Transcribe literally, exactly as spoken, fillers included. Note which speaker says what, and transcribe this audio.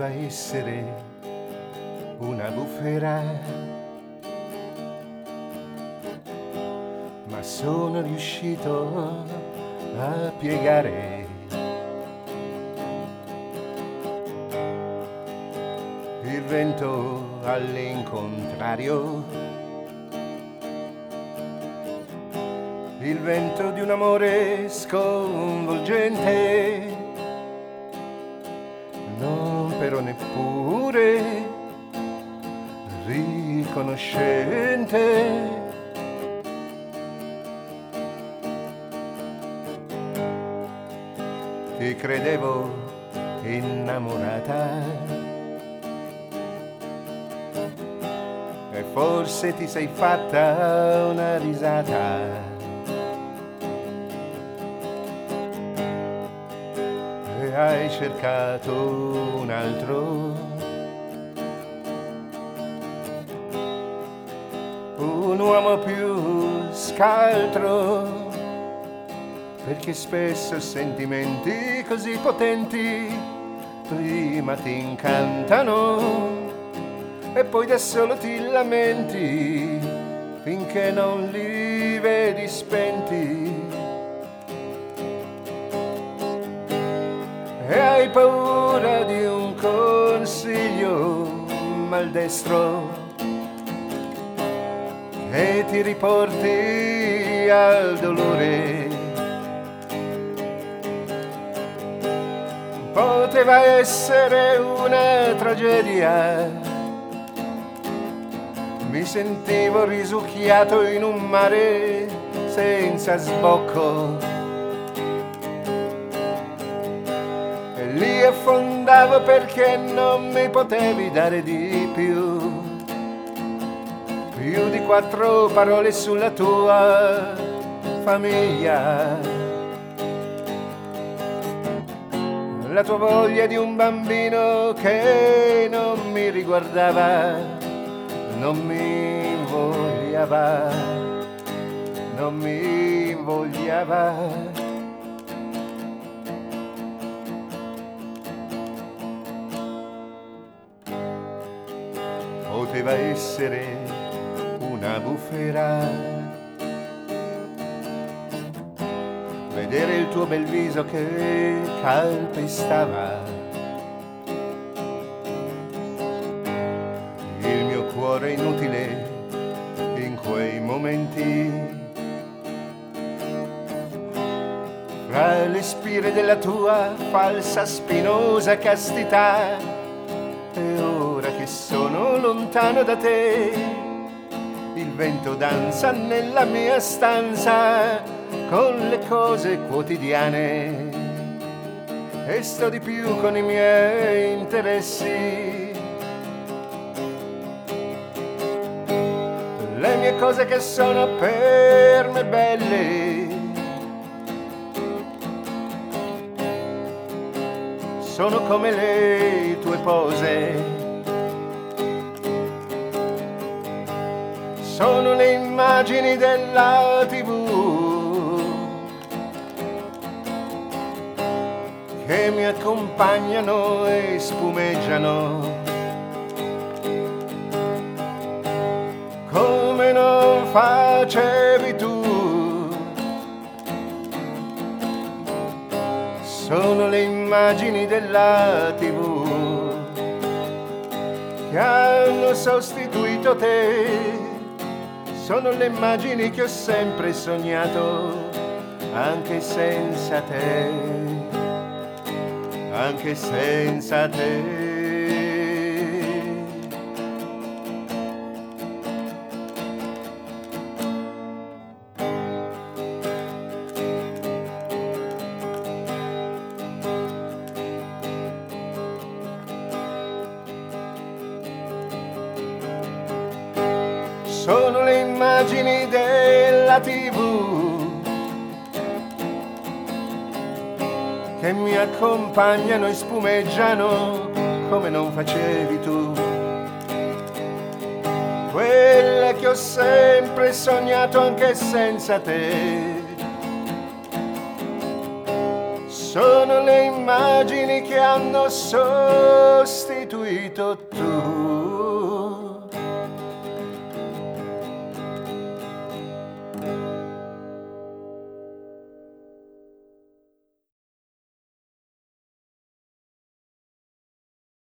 Speaker 1: Poteva essere una bufera, ma sono riuscito a piegare il vento all'incontrario, il vento di un amore sconvolgente, non però neppure riconoscente. Ti credevo innamorata e forse ti sei fatta una risata e hai cercato un altro, un uomo più scaltro, perché spesso sentimenti così potenti prima ti incantano e poi da solo ti lamenti finché non li vedi spenti e hai paura di un consiglio maldestro che ti riporti al dolore. Poteva essere una tragedia, mi sentivo risucchiato in un mare senza sbocco e lì affondavo perché non mi potevi dare di più, più di quattro parole sulla tua famiglia. La tua voglia di un bambino che non mi riguardava, non mi invogliava, non mi invogliava. Poteva essere una bufera, vedere il tuo bel viso che calpestava il mio cuore inutile in quei momenti, fra le spire della tua falsa spinosa castità. E ora che sono lontano da te, il vento danza nella mia stanza con le cose quotidiane e sto di più con i miei interessi. Le mie cose che sono per me belle sono come le tue pose, sono le immagini della tivù che mi accompagnano e spumeggiano come non facevi tu. Sono le immagini della tivù che hanno sostituito te, sono le immagini che ho sempre sognato anche senza te, anche senza te. Sono le immagini della tivù che mi accompagnano e spumeggiano come non facevi tu. Quelle che ho sempre sognato anche senza te. sono le immagini che hanno sostituito tu.